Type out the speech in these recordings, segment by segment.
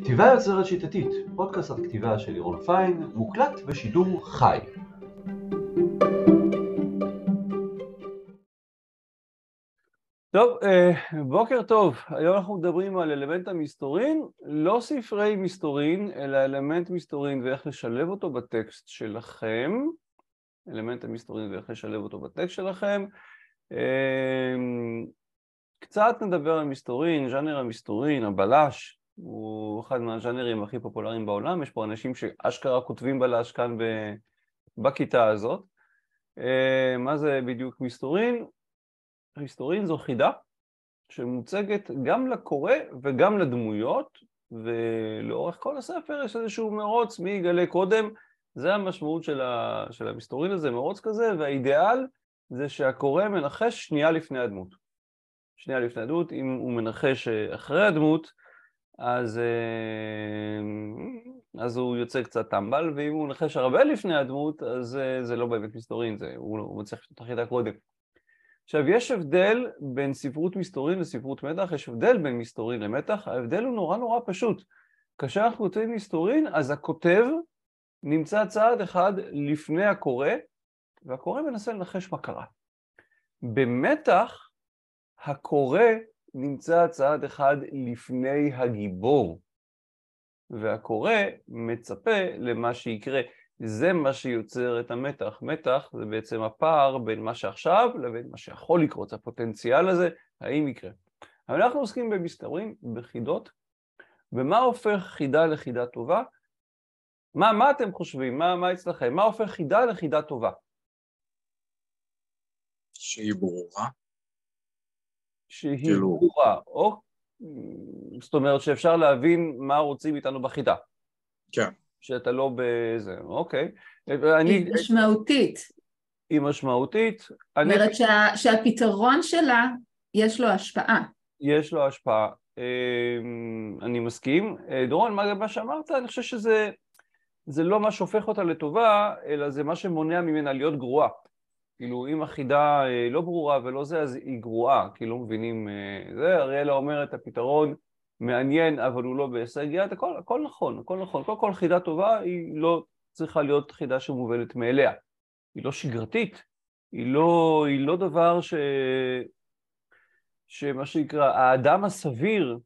כתיבה יוצרת שיטתית, פודקאסט הכתיבה של לירון פיין, מוקלט בשידור חי. טוב, בוקר טוב. היום אנחנו מדברים על אלמנט המסתורין, לא ספרי מסתורין, אלא אלמנט מסתורין ואיך לשלב אותו בטקסט שלכם. אלמנט המסתורין ואיך לשלב אותו בטקסט שלכם. קצת נדבר על מסתורין, ז'אנר המסתורין, הבלש. הוא אחד מהז'אנרים הכי פופולריים בעולם, יש פה אנשים שאשכרה כותבים בלש כאן בכיתה הזאת. מה זה בדיוק מסתורין? מסתורין זו חידה שמוצגת גם לקורא וגם לדמויות, ולאורך כל הספר יש איזשהו מרוץ מי יגלה קודם, זה המשמעות של המסתורין הזה, מרוץ כזה, והאידיאל זה שהקורא מנחש שנייה לפני הדמות. שנייה לפני הדמות, אם הוא מנחש אחרי הדמות, אז הוא יוצא קצת טמבל, ואם הוא נחש הרבה לפני הדמות, אז זה לא באמת מסתורין, הוא מצליח לפתוח את החידה קודם. עכשיו, יש הבדל בין ספרות מסתורין לספרות מתח, יש הבדל בין מסתורין למתח, ההבדל הוא נורא נורא פשוט. כאשר אנחנו כותבים מסתורין, אז הכותב נמצא צעד אחד לפני הקורא, והקורא מנסה לנחש מה קרה. במתח, הקורא נמצא צעד אחד לפני הגיבור, והקורא מצפה למה שיקרה. זה מה שיוצר את המתח. מתח זה בעצם הפער בין מה שעכשיו לבין מה שיכול לקרות, הפוטנציאל הזה, האם יקרה. אבל אנחנו עוסקים במסתורין, בחידות, ומה הופך חידה לחידה טובה? מה אתם חושבים? מה אצלכם? מה הופך חידה לחידה טובה? שהיא ברורה. שהיא ברורה, או זאת אומרת שאפשר להבין מה רוצים איתנו בחידה. כן. שאתה לא בזה, אוקיי. היא משמעותית. היא משמעותית. זאת אומרת שהפתרון שלה יש לו השפעה. יש לו השפעה. אני מסכים. דורון, מה שאמרת, אני חושב שזה לא מה שהופך אותה לטובה, אלא זה מה שמונע ממנה להיות גרועה. כאילו, אם החידה לא ברורה ולא זה, אז היא גרועה, כי לא מבינים זה. אריאלה אומרת, הפתרון מעניין, אבל הוא לא בהישג יד, הכל נכון, הכל נכון. כל חידה טובה היא לא צריכה להיות חידה שמובנת מאליה. היא לא שגרתית, היא לא דבר שמה שנקרא, האדם הסביר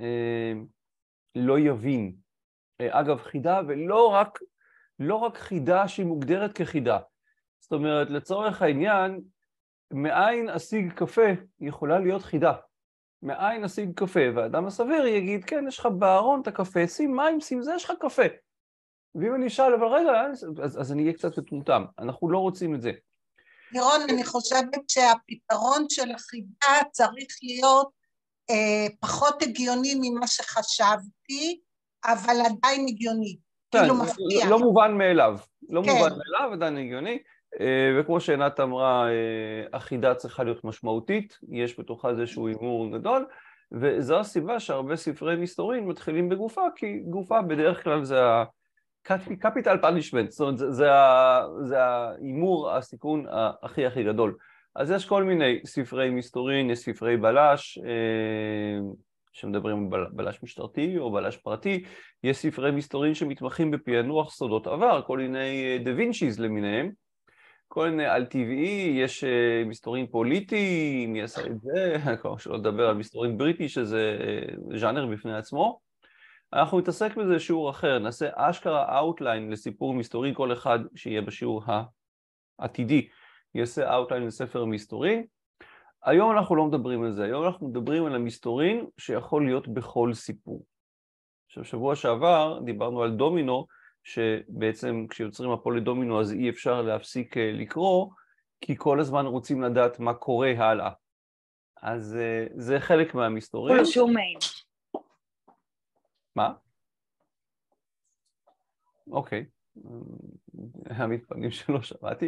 לא יבין. אגב, חידה, ולא רק חידה שהיא מוגדרת כחידה. זאת אומרת, לצורך העניין, מאין אשיג קפה יכולה להיות חידה. מאין אשיג קפה, והאדם הסביר יגיד, כן, יש לך בארון את הקפה, שים מים, שים זה, יש לך קפה. ואם אני אשאל, אבל רגע, אז אני אהיה קצת מטומטם. אנחנו לא רוצים את זה. לירון, אני חושבת שהפתרון של החידה צריך להיות פחות הגיוני ממה שחשבתי, אבל עדיין הגיוני. כן, לא מובן מאליו. לא מובן מאליו, עדיין הגיוני. וכמו שעינת אמרה, החידה צריכה להיות משמעותית, יש בתוכה איזשהו הימור גדול, וזו הסיבה שהרבה ספרי מסתורין מתחילים בגופה, כי גופה בדרך כלל זה ה-capital punishment, זאת אומרת, זה ההימור, הסיכון הכי גדול. אז יש כל מיני ספרי מסתורין, יש ספרי בלש, שמדברים על בלש משטרתי או בלש פרטי, יש ספרי מסתורין שמתמחים בפענוח סודות עבר, כל מיני דה וינצ'יז למיניהם, כל מיני על טבעי, יש מסתורין פוליטי, מי עשה את זה, שלא לדבר על מסתורין בריטי, שזה ז'אנר בפני עצמו. אנחנו נתעסק בזה שיעור אחר, נעשה אשכרה אאוטליין לסיפור מסתורין, כל אחד שיהיה בשיעור העתידי, יעשה אאוטליין לספר מסתורין. היום אנחנו לא מדברים על זה, היום אנחנו מדברים על המסתורין שיכול להיות בכל סיפור. עכשיו, שבוע שעבר דיברנו על דומינו, שבעצם כשיוצרים הפולי דומינו אז אי אפשר להפסיק לקרוא, כי כל הזמן רוצים לדעת מה קורה הלאה. אז זה חלק מהמסתורין. הוא שום מיין. מה? אוקיי. המתפנים שלא שמעתי.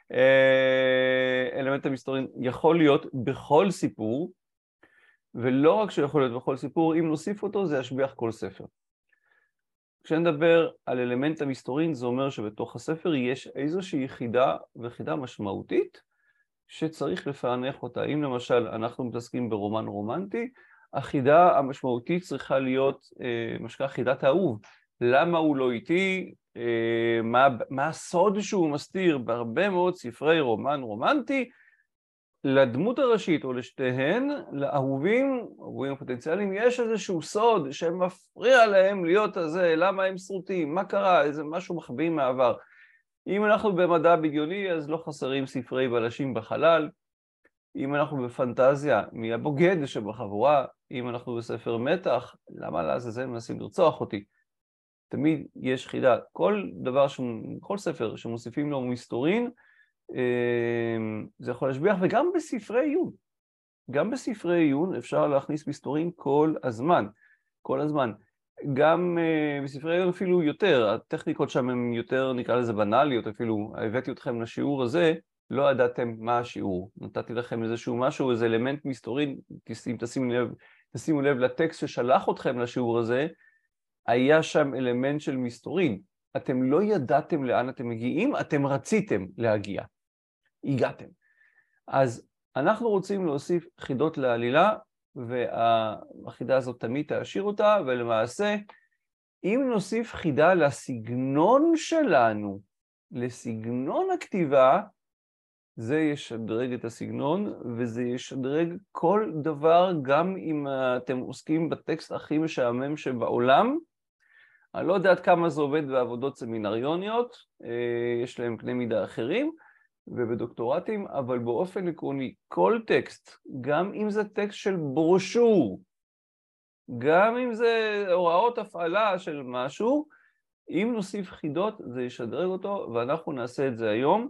אלמנט המסתורין יכול להיות בכל סיפור, ולא רק שיכול להיות בכל סיפור, אם נוסיף אותו זה ישביח כל ספר. כשנדבר על אלמנט המסתורין, זה אומר שבתוך הספר יש איזושהי חידה וחידה משמעותית שצריך לפענח אותה. אם למשל אנחנו מתעסקים ברומן רומנטי, החידה המשמעותית צריכה להיות מה שנקרא חידת האהוב. למה הוא לא איתי? מה הסוד שהוא מסתיר בהרבה מאוד ספרי רומן רומנטי? לדמות הראשית או לשתיהן, לאהובים, אהובים הפוטנציאליים, יש איזשהו סוד שמפריע להם להיות הזה, למה הם שרוטים, מה קרה, איזה משהו מחביאים מהעבר. אם אנחנו במדע בדיוני, אז לא חסרים ספרי בלשים בחלל. אם אנחנו בפנטזיה, מי הבוגד שבחבורה. אם אנחנו בספר מתח, למה לעזאזל מנסים לרצוח אותי? תמיד יש חידה. כל ספר שמוסיפים לו מסתורין, זה יכול להשביח, וגם בספרי עיון. גם בספרי עיון אפשר להכניס מסתורין כל הזמן. כל הזמן. גם בספרי עיון אפילו יותר, הטכניקות שם הן יותר, נקרא לזה בנאליות, אפילו הבאתי אתכם לשיעור הזה, לא ידעתם מה השיעור. נתתי לכם איזשהו משהו, איזה אלמנט מסתורין, תשימו לב לטקסט ששלח אתכם לשיעור הזה, היה שם אלמנט של מסתורין. אתם לא ידעתם לאן אתם מגיעים, אתם רציתם להגיע. הגעתם. אז אנחנו רוצים להוסיף חידות לעלילה, והחידה הזאת תמיד תעשיר אותה, ולמעשה, אם נוסיף חידה לסגנון שלנו, לסגנון הכתיבה, זה ישדרג את הסגנון, וזה ישדרג כל דבר, גם אם אתם עוסקים בטקסט הכי משעמם שבעולם. אני לא יודעת כמה זה עובד בעבודות סמינריוניות, יש להם קנה מידה אחרים, ובדוקטורטים, אבל באופן עקרוני, כל טקסט, גם אם זה טקסט של ברושור, גם אם זה הוראות הפעלה של משהו, אם נוסיף חידות זה ישדרג אותו, ואנחנו נעשה את זה היום.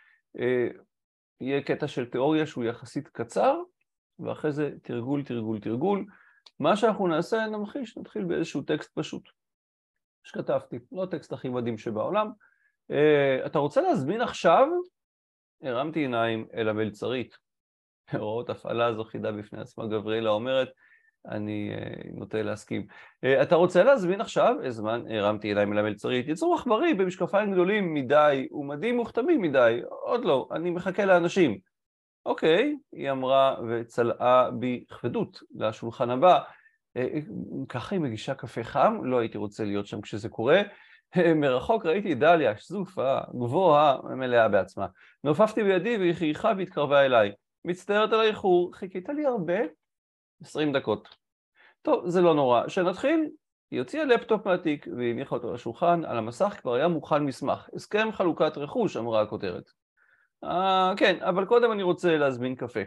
יהיה קטע של תיאוריה שהוא יחסית קצר, ואחרי זה תרגול. מה שאנחנו נעשה, נתחיל באיזשהו טקסט פשוט, שכתבתי, לא טקסט הכי מדהים שבעולם. אתה רוצה להזמין עכשיו? הרמתי עיניים אל המלצרית. הוראות הפעלה זו חידה בפני עצמה, גבריאלה אומרת, אני נוטה להסכים. אתה רוצה להזמין עכשיו? הזמן, הרמתי עיניים אל המלצרית. יצור עכברי במשקפיים גדולים מדי ומדים מוכתמים מדי. עוד לא, אני מחכה לאנשים. אוקיי, היא אמרה וצלעה בכבדות לשולחן הבא. ככה היא מגישה קפה חם, לא הייתי רוצה להיות שם כשזה קורה. מרחוק ראיתי דליה, שזופה, גבוהה, מלאה בעצמה. נופפתי בידי והיא חייכה והתקרבה אליי. מצטערת על האיחור, חיכית לי הרבה? 20 דקות. טוב, זה לא נורא. שנתחיל, היא הוציאה לפטופ מהתיק והניחה אותו לשולחן, על המסך כבר היה מוכן מסמך. הסכם חלוקת רכוש, אמרה הכותרת. כן, אבל קודם אני רוצה להזמין קפה.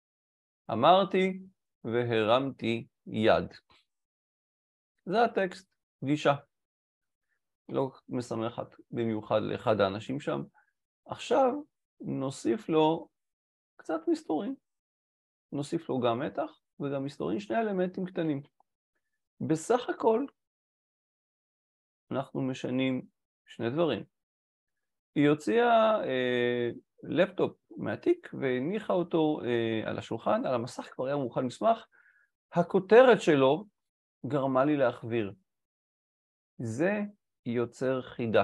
אמרתי והרמתי יד. זה הטקסט, פגישה. לא משמחת במיוחד לאחד האנשים שם. עכשיו נוסיף לו קצת מסתורין. נוסיף לו גם מתח וגם מסתורין, שני אלמנטים קטנים. בסך הכל אנחנו משנים שני דברים. היא הוציאה לפטופ מהתיק והניחה אותו על השולחן, על המסך כבר היה מוכן מסמך. הכותרת שלו גרמה לי להחביר. זה יוצר חידה.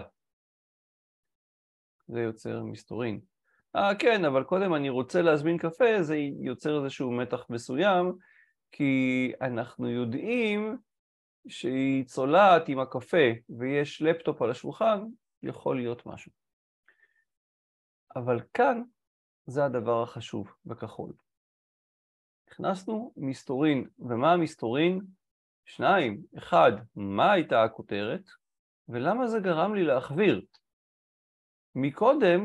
זה יוצר מסתורין. כן, אבל קודם אני רוצה להזמין קפה, זה יוצר איזשהו מתח מסוים, כי אנחנו יודעים שהיא צולעת עם הקפה ויש לפטופ על השולחן, יכול להיות משהו. אבל כאן זה הדבר החשוב בכחול. הכנסנו מסתורין, ומה המסתורין? שניים, אחד, מה הייתה הכותרת, ולמה זה גרם לי להחביר? מקודם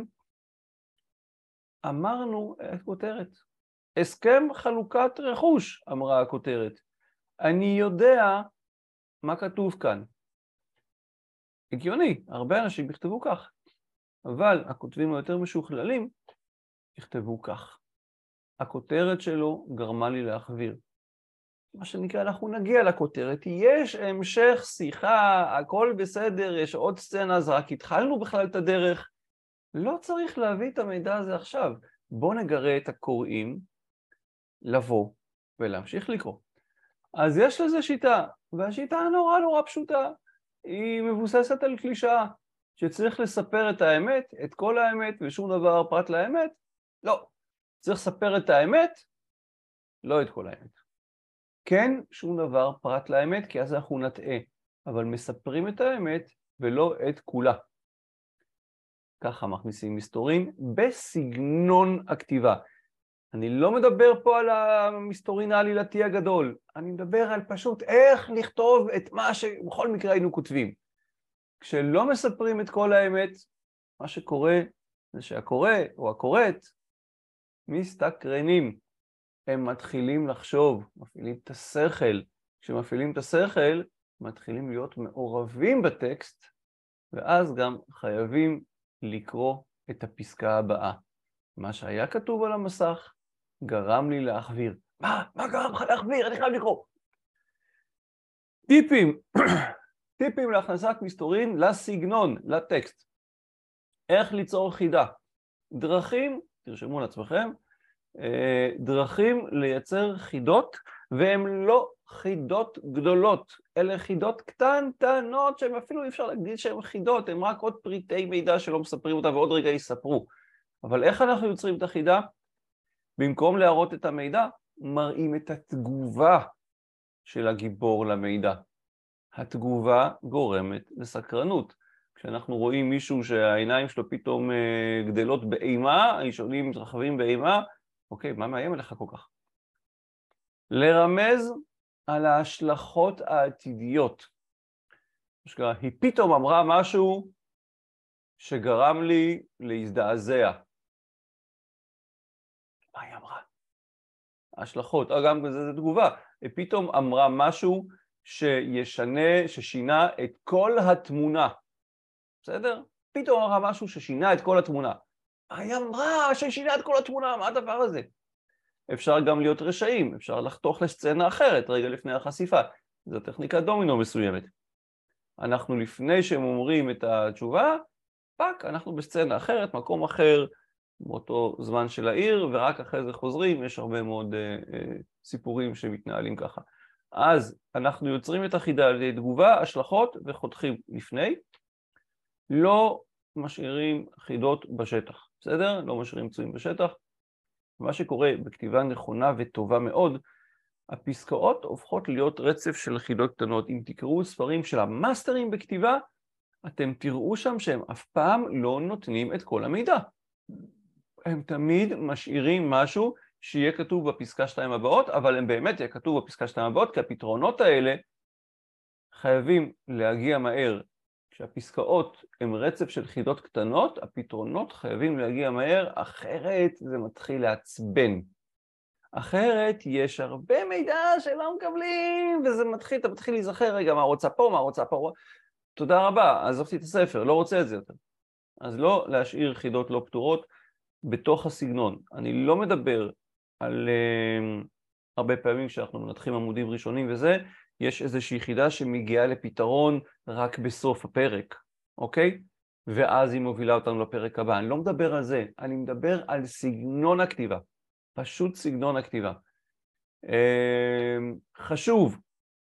אמרנו הכותרת. הסכם חלוקת רכוש, אמרה הכותרת. אני יודע מה כתוב כאן. הגיוני, הרבה אנשים יכתבו כך, אבל הכותבים היותר משוכללים יכתבו כך. הכותרת שלו גרמה לי להחביר. מה שנקרא, אנחנו נגיע לכותרת, יש המשך שיחה, הכל בסדר, יש עוד סצנה, אז רק התחלנו בכלל את הדרך. לא צריך להביא את המידע הזה עכשיו. בוא נגרה את הקוראים לבוא ולהמשיך לקרוא. אז יש לזה שיטה, והשיטה נורא פשוטה. היא מבוססת על קלישאה, שצריך לספר את האמת, את כל האמת, ושום דבר פרט לאמת. לא, צריך לספר את האמת, לא את כל האמת. כן, שום דבר פרט לאמת, כי אז אנחנו נטעה, אבל מספרים את האמת ולא את כולה. ככה מכניסים מסתורין בסגנון הכתיבה. אני לא מדבר פה על המסתורין העלילתי הגדול, אני מדבר על פשוט איך לכתוב את מה שבכל מקרה היינו כותבים. כשלא מספרים את כל האמת, מה שקורה זה שהקורא או הקוראת מסתקרנים. הם מתחילים לחשוב, מפעילים את השכל. כשמפעילים את השכל, מתחילים להיות מעורבים בטקסט, ואז גם חייבים לקרוא את הפסקה הבאה. מה שהיה כתוב על המסך גרם לי להחביר. מה גרם לך להחביר? אני חייב לקרוא. טיפים להכנסת מסתורין לסגנון, לטקסט. איך ליצור חידה. דרכים, תרשמו לעצמכם, דרכים לייצר חידות, והן לא חידות גדולות, אלה חידות קטנטנות שהן אפילו אי אפשר להגיד שהן חידות, הן רק עוד פריטי מידע שלא מספרים אותה ועוד רגע יספרו. אבל איך אנחנו יוצרים את החידה? במקום להראות את המידע, מראים את התגובה של הגיבור למידע. התגובה גורמת לסקרנות. כשאנחנו רואים מישהו שהעיניים שלו פתאום גדלות באימה, הישונים מתרחבים באימה, אוקיי, מה מאיים עליך כל כך? לרמז על ההשלכות העתידיות. היא פתאום אמרה משהו שגרם לי להזדעזע. מה היא אמרה? ההשלכות, גם זה תגובה. היא פתאום אמרה משהו ששינה את כל התמונה. בסדר? פתאום אמרה משהו ששינה את כל התמונה. היא אמרה ששינה את כל התמונה, מה הדבר הזה? אפשר גם להיות רשעים, אפשר לחתוך לסצנה אחרת רגע לפני החשיפה. זו טכניקה דומינו מסוימת. אנחנו לפני שהם אומרים את התשובה, אנחנו בסצנה אחרת, מקום אחר, באותו זמן של העיר, ורק אחרי זה חוזרים, יש הרבה מאוד סיפורים שמתנהלים ככה. אז אנחנו יוצרים את החידה על תגובה, השלכות וחותכים לפני. לא משאירים חידות בשטח, בסדר? לא משאירים פצועים בשטח. מה שקורה בכתיבה נכונה וטובה מאוד, הפסקאות הופכות להיות רצף של חידות קטנות. אם תקראו ספרים של המאסטרים בכתיבה, אתם תראו שם שהם אף פעם לא נותנים את כל המידע. הם תמיד משאירים משהו שיהיה כתוב בפסקה 2 הבאות, אבל הם באמת יהיה כתוב בפסקה 2 הבאות, כי הפתרונות האלה חייבים להגיע מהר. כשהפסקאות הם רצף של חידות קטנות, הפתרונות חייבים להגיע מהר, אחרת זה מתחיל לעצבן. אחרת יש הרבה מידע שלא מקבלים, וזה מתחיל, אתה מתחיל להיזכר, רגע, מה רוצה פה, מה רוצה פה. תודה רבה, עזבתי את הספר, לא רוצה את זה יותר. אז לא להשאיר חידות לא פתורות בתוך הסגנון. אני לא מדבר על הרבה פעמים שאנחנו מנתחים עמודים ראשונים וזה, יש איזושהי חידה שמגיעה לפתרון רק בסוף הפרק, אוקיי? ואז היא מובילה אותנו לפרק הבא. אני לא מדבר על זה, אני מדבר על סגנון הכתיבה. פשוט סגנון הכתיבה. חשוב,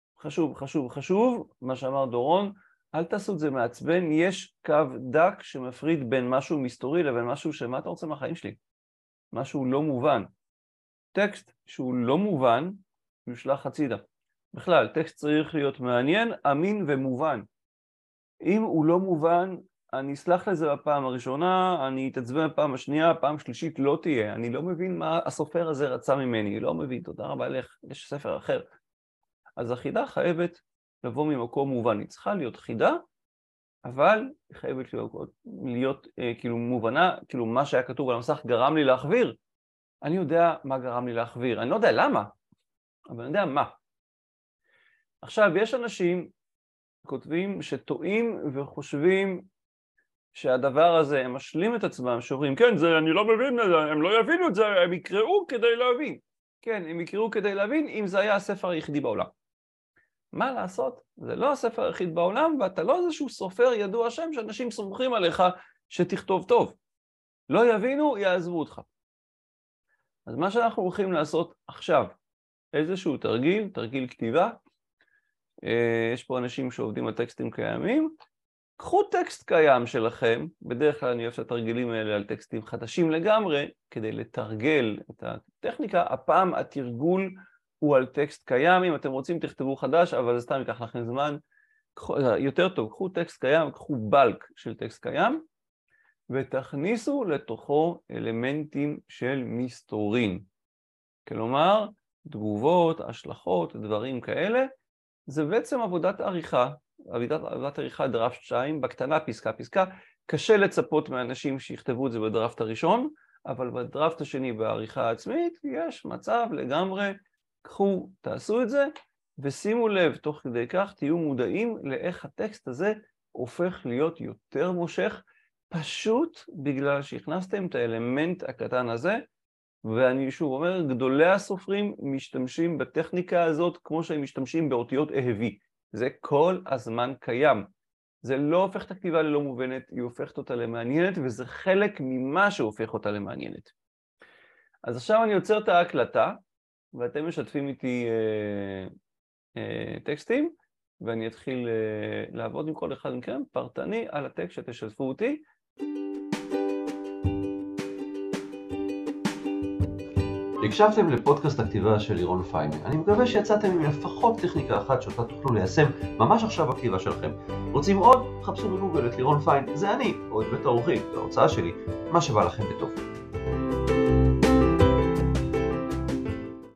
מה שאמר דורון, אל תעשו את זה מעצבן, יש קו דק שמפריד בין משהו מסתורי לבין משהו שמה אתה רוצה מהחיים שלי? משהו לא מובן. טקסט שהוא לא מובן, יושלח הצידה. בכלל, טקסט צריך להיות מעניין, אמין ומובן. אם הוא לא מובן, אני אסלח לזה בפעם הראשונה, אני אתעצבן בפעם השנייה, פעם שלישית לא תהיה. אני לא מבין מה הסופר הזה רצה ממני, לא מבין, תודה רבה לך, יש ספר אחר. אז החידה חייבת לבוא ממקום מובן, היא צריכה להיות חידה, אבל היא חייבת להיות כאילו מובנה, כאילו מה שהיה כתוב על המסך גרם לי להחביר. אני יודע מה גרם לי להחביר, אני לא יודע למה, אבל אני יודע מה. עכשיו, יש אנשים כותבים שטועים וחושבים שהדבר הזה, הם משלים את עצמם, שאומרים, כן, זה, אני לא מבין, הם לא יבינו את זה, הם יקראו כדי להבין. כן, הם יקראו כדי להבין אם זה היה הספר היחידי בעולם. מה לעשות? זה לא הספר היחיד בעולם, ואתה לא איזשהו סופר ידוע שם שאנשים סומכים עליך שתכתוב טוב. לא יבינו, יעזבו אותך. אז מה שאנחנו הולכים לעשות עכשיו, איזשהו תרגיל כתיבה, יש פה אנשים שעובדים על טקסטים קיימים, קחו טקסט קיים שלכם, בדרך כלל אני אוהב את התרגילים האלה על טקסטים חדשים לגמרי, כדי לתרגל את הטכניקה, הפעם התרגול הוא על טקסט קיים, אם אתם רוצים תכתבו חדש, אבל זה סתם ייקח לכם זמן. יותר טוב, קחו טקסט קיים, קחו בלק של טקסט קיים, ותכניסו לתוכו אלמנטים של מסתורין. כלומר, תגובות, השלכות, דברים כאלה, זה בעצם עבודת עריכה, עבודת עריכה דראפט 2, בקטנה פסקה פסקה. קשה לצפות מאנשים שיכתבו את זה בדראפט הראשון, אבל בדראפט השני בעריכה העצמית יש מצב לגמרי, קחו, תעשו את זה, ושימו לב, תוך כדי כך תהיו מודעים לאיך הטקסט הזה הופך להיות יותר מושך, פשוט בגלל שהכנסתם את האלמנט הקטן הזה, ואני שוב אומר, גדולי הסופרים משתמשים בטכניקה הזאת כמו שהם משתמשים באותיות אהבי. זה כל הזמן קיים. זה לא הופך את הכתיבה ללא מובנת, היא הופכת אותה למעניינת, וזה חלק ממה שהופך אותה למעניינת. אז עכשיו אני יוצר את ההקלטה, ואתם משתפים איתי טקסטים, ואני אתחיל לעבוד עם כל אחד מכם פרטני על הטקסט שתשתפו אותי. הקשבתם לפודקאסט הכתיבה של לירון פיינמן. אני מקווה שיצאתם עם לפחות טכניקה אחת שאותה תוכלו ליישם ממש עכשיו בכתיבה שלכם. רוצים עוד? חפשו בגוגל את לירון פיינמן, זה אני, או את בית האורחים, ההוצאה שלי, מה שבא לכם בטוב.